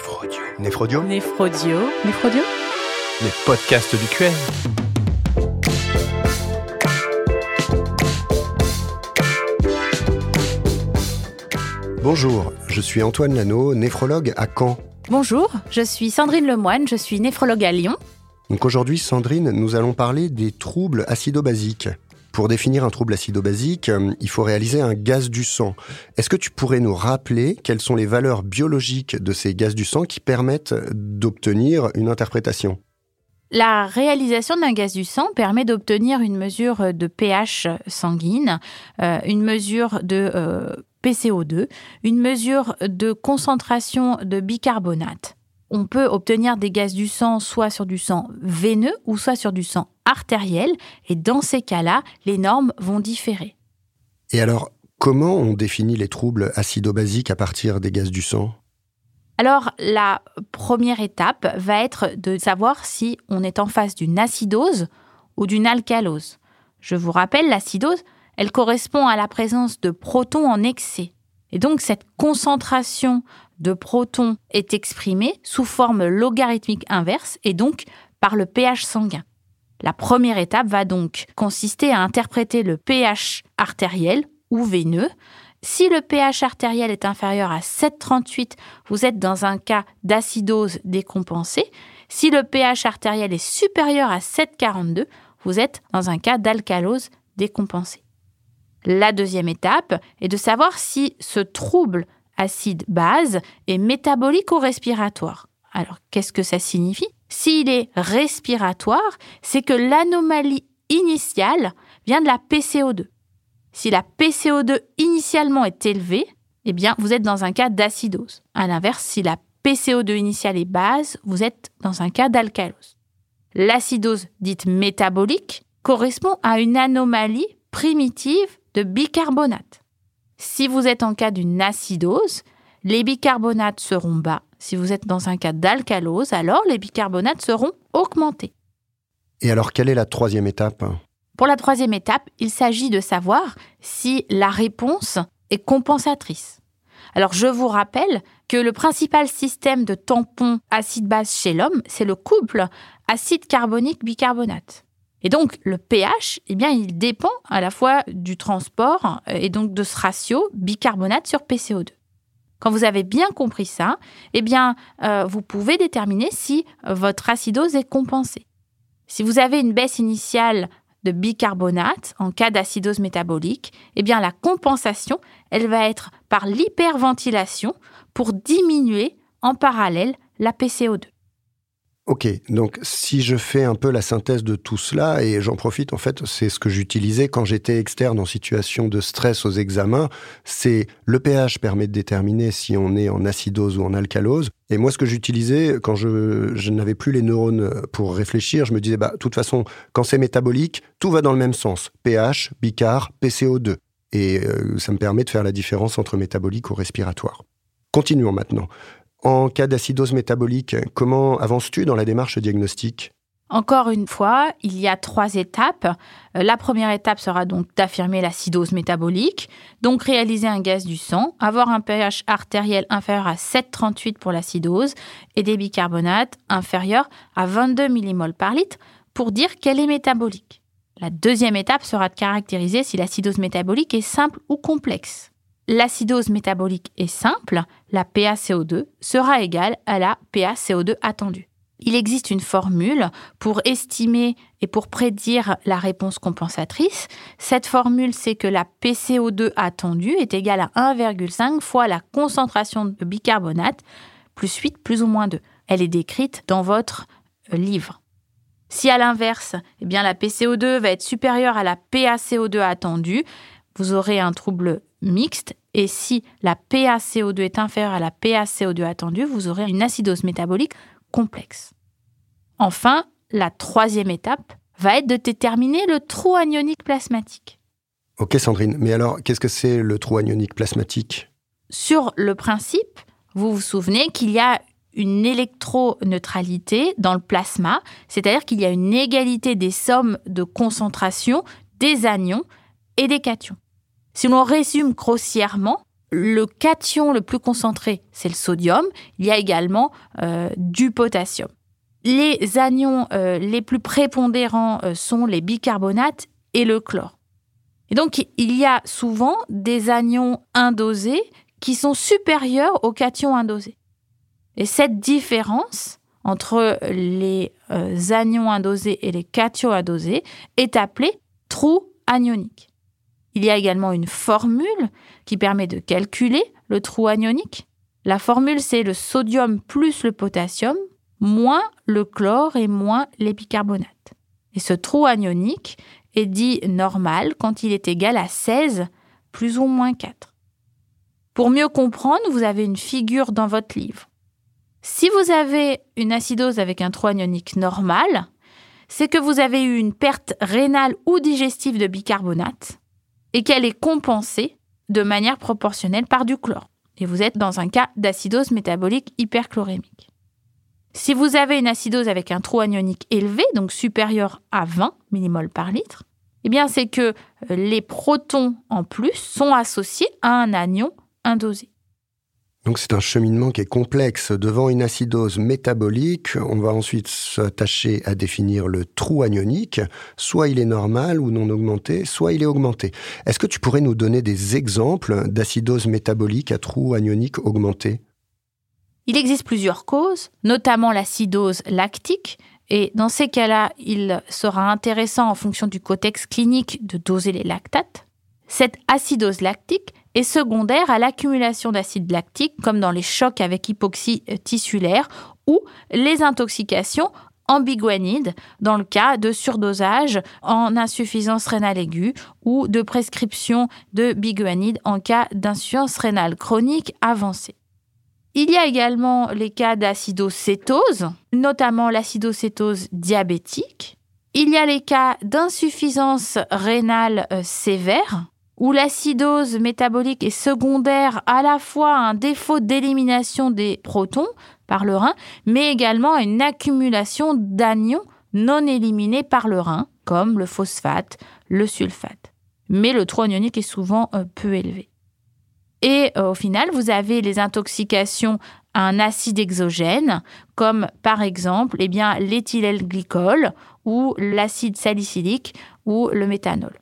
Néphrodio. Les podcasts du QM. Bonjour, je suis Antoine Lano, néphrologue à Caen. Bonjour, je suis Sandrine Lemoine, je suis néphrologue à Lyon. Donc aujourd'hui, Sandrine, nous allons parler des troubles acido-basiques. Pour définir un trouble acido-basique, il faut réaliser un gaz du sang. Est-ce que tu pourrais nous rappeler quelles sont les valeurs biologiques de ces gaz du sang qui permettent d'obtenir une interprétation ? La réalisation d'un gaz du sang permet d'obtenir une mesure de pH sanguine, une mesure de PCO2, une mesure de concentration de bicarbonate. On peut obtenir des gaz du sang soit sur du sang veineux ou soit sur du sang artériel, et dans ces cas-là, les normes vont différer. Et alors, comment on définit les troubles acido-basiques à partir des gaz du sang ? Alors, la première étape va être de savoir si on est en face d'une acidose ou d'une alcalose. Je vous rappelle, l'acidose, elle correspond à la présence de protons en excès. Et donc, cette concentration de protons est exprimée sous forme logarithmique inverse et donc par le pH sanguin. La première étape va donc consister à interpréter le pH artériel ou veineux. Si le pH artériel est inférieur à 7,38, vous êtes dans un cas d'acidose décompensée. Si le pH artériel est supérieur à 7,42, vous êtes dans un cas d'alcalose décompensée. La deuxième étape est de savoir si ce trouble acide-base est métabolique ou respiratoire. Alors, qu'est-ce que ça signifie ? S'il est respiratoire, c'est que l'anomalie initiale vient de la PCO2. Si la PCO2 initialement est élevée, eh bien, vous êtes dans un cas d'acidose. À l'inverse, si la PCO2 initiale est basse, vous êtes dans un cas d'alcalose. L'acidose dite métabolique correspond à une anomalie primitive de bicarbonate. Si vous êtes en cas d'une acidose, les bicarbonates seront bas. Si vous êtes dans un cas d'alcalose, alors les bicarbonates seront augmentés. Et alors, quelle est la troisième étape ? Pour la troisième étape, il s'agit de savoir si la réponse est compensatrice. Alors, je vous rappelle que le principal système de tampon acide-base chez l'homme, c'est le couple acide carbonique-bicarbonate. Et donc, le pH, eh bien, il dépend à la fois du transport et donc de ce ratio bicarbonate sur PCO2. Quand vous avez bien compris ça, eh bien, vous pouvez déterminer si votre acidose est compensée. Si vous avez une baisse initiale de bicarbonate en cas d'acidose métabolique, eh bien, la compensation, elle va être par l'hyperventilation pour diminuer en parallèle la PCO2. Ok, donc si je fais un peu la synthèse de tout cela, et j'en profite, en fait, c'est ce que j'utilisais quand j'étais externe en situation de stress aux examens, c'est le pH permet de déterminer si on est en acidose ou en alcalose. Et moi, ce que j'utilisais, quand je n'avais plus les neurones pour réfléchir, je me disais, de toute façon, quand c'est métabolique, tout va dans le même sens. pH, bicar, PCO2. Et ça me permet de faire la différence entre métabolique ou respiratoire. Continuons maintenant. En cas d'acidose métabolique, comment avances-tu dans la démarche diagnostique ? Encore une fois, il y a 3 étapes. La première étape sera donc d'affirmer l'acidose métabolique, donc réaliser un gaz du sang, avoir un pH artériel inférieur à 7,38 pour l'acidose et des bicarbonates inférieurs à 22 mmol par litre pour dire qu'elle est métabolique. La deuxième étape sera de caractériser si l'acidose métabolique est simple ou complexe. L'acidose métabolique est simple, la PaCO2 sera égale à la PaCO2 attendue. Il existe une formule pour estimer et pour prédire la réponse compensatrice. Cette formule, c'est que la PCO2 attendue est égale à 1,5 fois la concentration de bicarbonate plus 8 plus ou moins 2. Elle est décrite dans votre livre. Si à l'inverse, eh bien, la PCO2 va être supérieure à la PaCO2 attendue, vous aurez un trouble mixte, et si la PaCO2 est inférieure à la PaCO2 attendue, vous aurez une acidose métabolique complexe. Enfin, la troisième étape va être de déterminer le trou anionique plasmatique. Ok Sandrine, mais alors qu'est-ce que c'est le trou anionique plasmatique ? Sur le principe, vous vous souvenez qu'il y a une électroneutralité dans le plasma, c'est-à-dire qu'il y a une égalité des sommes de concentration des anions et des cations. Si l'on résume grossièrement, Le cation le plus concentré, c'est le sodium. Il y a également du potassium. Les anions les plus prépondérants sont les bicarbonates et le chlore. Et donc, il y a souvent des anions indosés qui sont supérieurs aux cations indosés. Et cette différence entre les anions indosés et les cations indosés est appelée trou anionique. Il y a également une formule qui permet de calculer le trou anionique. La formule, c'est le sodium plus le potassium, moins le chlore et moins les bicarbonates. Et ce trou anionique est dit normal quand il est égal à 16 plus ou moins 4. Pour mieux comprendre, vous avez une figure dans votre livre. Si vous avez une acidose avec un trou anionique normal, c'est que vous avez eu une perte rénale ou digestive de bicarbonate et qu'elle est compensée de manière proportionnelle par du chlore. Et vous êtes dans un cas d'acidose métabolique hyperchlorémique. Si vous avez une acidose avec un trou anionique élevé, donc supérieur à 20 millimoles par litre, eh bien c'est que les protons en plus sont associés à un anion indosé. Donc c'est un cheminement qui est complexe. Devant une acidose métabolique, on va ensuite s'attacher à définir le trou anionique. Soit il est normal ou non augmenté, soit il est augmenté. Est-ce que tu pourrais nous donner des exemples d'acidose métabolique à trou anionique augmenté ? Il existe plusieurs causes, notamment l'acidose lactique. Et dans ces cas-là, il sera intéressant en fonction du contexte clinique de doser les lactates. Cette acidose lactique est secondaire à l'accumulation d'acide lactique, comme dans les chocs avec hypoxie tissulaire ou les intoxications en biguanide, dans le cas de surdosage en insuffisance rénale aiguë ou de prescription de biguanide en cas d'insuffisance rénale chronique avancée. Il y a également les cas d'acidocétose, notamment l'acidocétose diabétique. Il y a les cas d'insuffisance rénale sévère, où l'acidose métabolique est secondaire à la fois à un défaut d'élimination des protons par le rein, mais également à une accumulation d'anions non éliminés par le rein, comme le phosphate, le sulfate. Mais le trou anionique est souvent peu élevé. Et au final, vous avez les intoxications à un acide exogène, comme par exemple l'éthylène-glycol ou l'acide salicylique ou le méthanol.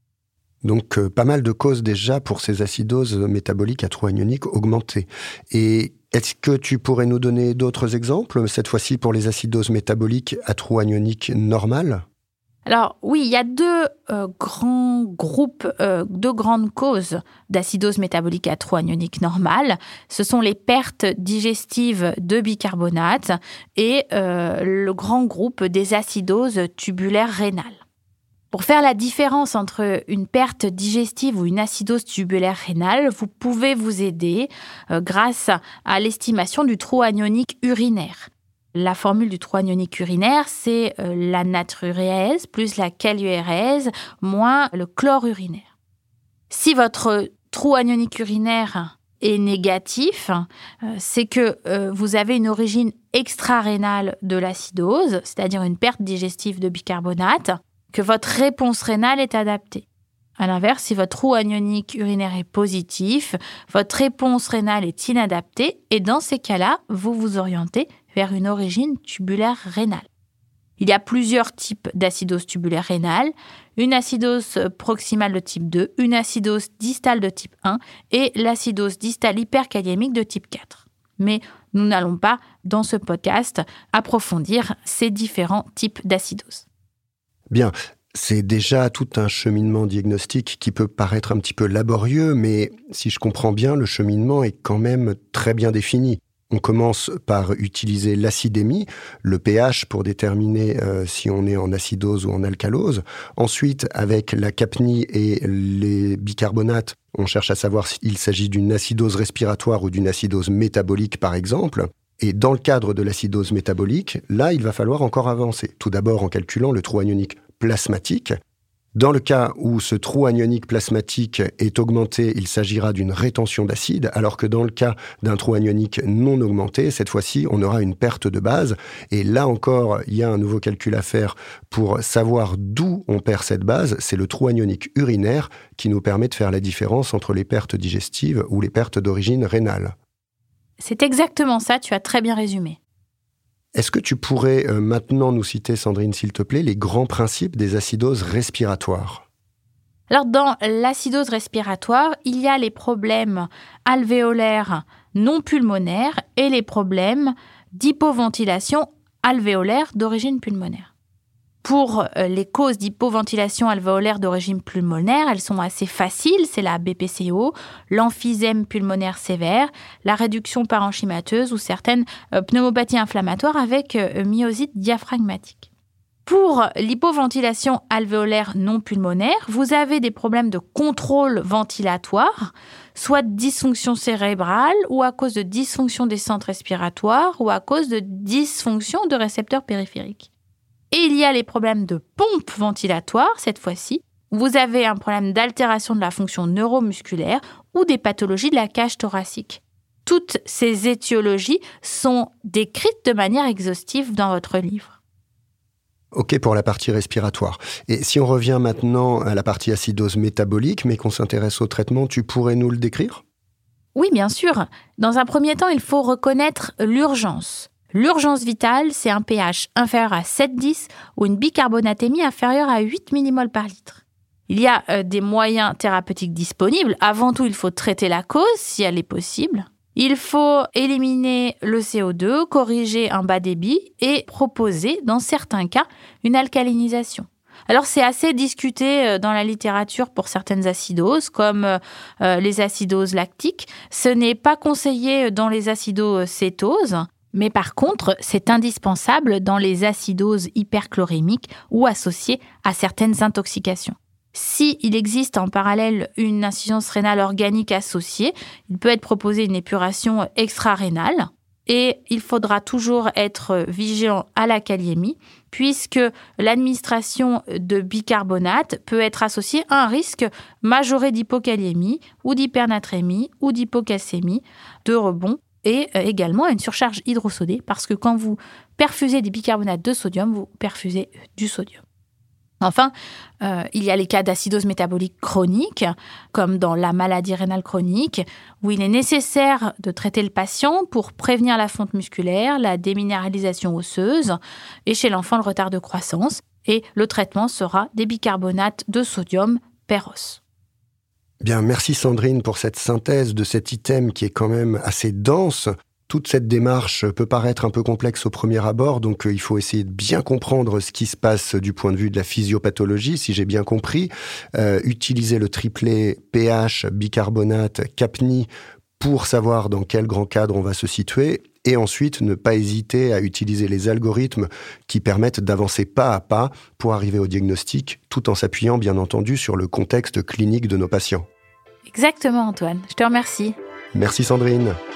Donc, pas mal de causes déjà pour ces acidoses métaboliques à trou anionique augmenté. Et est-ce que tu pourrais nous donner d'autres exemples, cette fois-ci pour les acidoses métaboliques à trou anionique normal ? Alors oui, il y a deux grands groupes, deux grandes causes d'acidose métabolique à trou anionique normal. Ce sont les pertes digestives de bicarbonate et le grand groupe des acidoses tubulaires rénales. Pour faire la différence entre une perte digestive ou une acidose tubulaire rénale, vous pouvez vous aider grâce à l'estimation du trou anionique urinaire. La formule du trou anionique urinaire, c'est la natruréase plus la kaluréase moins le chlore urinaire. Si votre trou anionique urinaire est négatif, c'est que vous avez une origine extrarénale de l'acidose, c'est-à-dire une perte digestive de bicarbonate, que votre réponse rénale est adaptée. À l'inverse, si votre trou anionique urinaire est positif, votre réponse rénale est inadaptée et dans ces cas-là, vous vous orientez vers une origine tubulaire rénale. Il y a plusieurs types d'acidose tubulaire rénale, une acidose proximale de type 2, une acidose distale de type 1 et l'acidose distale hyperkaliémique de type 4. Mais nous n'allons pas, dans ce podcast, approfondir ces différents types d'acidose. Bien, c'est déjà tout un cheminement diagnostique qui peut paraître un petit peu laborieux, mais si je comprends bien, le cheminement est quand même très bien défini. On commence par utiliser l'acidémie, le pH pour déterminer si on est en acidose ou en alcalose. Ensuite, avec la capnie et les bicarbonates, on cherche à savoir s'il s'agit d'une acidose respiratoire ou d'une acidose métabolique, par exemple. Et dans le cadre de l'acidose métabolique, là, il va falloir encore avancer. Tout d'abord en calculant le trou anionique plasmatique. Dans le cas où ce trou anionique plasmatique est augmenté, il s'agira d'une rétention d'acide, alors que dans le cas d'un trou anionique non augmenté, cette fois-ci, on aura une perte de base. Et là encore, il y a un nouveau calcul à faire pour savoir d'où on perd cette base. C'est le trou anionique urinaire qui nous permet de faire la différence entre les pertes digestives ou les pertes d'origine rénale. C'est exactement ça, tu as très bien résumé. Est-ce que tu pourrais maintenant nous citer, Sandrine, s'il te plaît, les grands principes des acidoses respiratoires ? Alors, dans l'acidose respiratoire, il y a les problèmes alvéolaires non pulmonaires et les problèmes d'hypoventilation alvéolaire d'origine pulmonaire. Pour les causes d'hypoventilation alvéolaire d'origine pulmonaire, elles sont assez faciles. C'est la BPCO, l'emphysème pulmonaire sévère, la réduction parenchymateuse ou certaines pneumopathies inflammatoires avec myosite diaphragmatique. Pour l'hypoventilation alvéolaire non pulmonaire, vous avez des problèmes de contrôle ventilatoire, soit dysfonction cérébrale ou à cause de dysfonction des centres respiratoires ou à cause de dysfonction de récepteurs périphériques. Et il y a les problèmes de pompe ventilatoire, cette fois-ci. Vous avez un problème d'altération de la fonction neuromusculaire ou des pathologies de la cage thoracique. Toutes ces étiologies sont décrites de manière exhaustive dans votre livre. Ok pour la partie respiratoire. Et si on revient maintenant à la partie acidose métabolique, mais qu'on s'intéresse au traitement, tu pourrais nous le décrire ? Oui, bien sûr. Dans un premier temps, il faut reconnaître l'urgence. L'urgence vitale, c'est un pH inférieur à 7,10 ou une bicarbonatémie inférieure à 8 mmol par litre. Il y a des moyens thérapeutiques disponibles. Avant tout, il faut traiter la cause, si elle est possible. Il faut éliminer le CO2, corriger un bas débit et proposer, dans certains cas, une alcalinisation. Alors, c'est assez discuté dans la littérature pour certaines acidoses, comme les acidoses lactiques. Ce n'est pas conseillé dans les acidocétoses. Mais par contre, c'est indispensable dans les acidoses hyperchlorémiques ou associées à certaines intoxications. S'il existe en parallèle une insuffisance rénale organique associée, il peut être proposé une épuration extra-rénale et il faudra toujours être vigilant à la kaliémie puisque l'administration de bicarbonate peut être associée à un risque majoré d'hypokaliémie ou d'hypernatrémie ou d'hypocalcémie, de rebond et également à une surcharge hydrosodée parce que quand vous perfusez des bicarbonates de sodium, vous perfusez du sodium. Enfin, il y a les cas d'acidose métabolique chronique, comme dans la maladie rénale chronique, où il est nécessaire de traiter le patient pour prévenir la fonte musculaire, la déminéralisation osseuse et chez l'enfant le retard de croissance. Et le traitement sera des bicarbonates de sodium per os. Bien, merci Sandrine pour cette synthèse de cet item qui est quand même assez dense. Toute cette démarche peut paraître un peu complexe au premier abord, donc il faut essayer de bien comprendre ce qui se passe du point de vue de la physiopathologie, si j'ai bien compris. Utiliser le triplet pH, bicarbonate, capni pour savoir dans quel grand cadre on va se situer. Et ensuite, ne pas hésiter à utiliser les algorithmes qui permettent d'avancer pas à pas pour arriver au diagnostic, tout en s'appuyant bien entendu sur le contexte clinique de nos patients. Exactement Antoine, je te remercie. Merci Sandrine.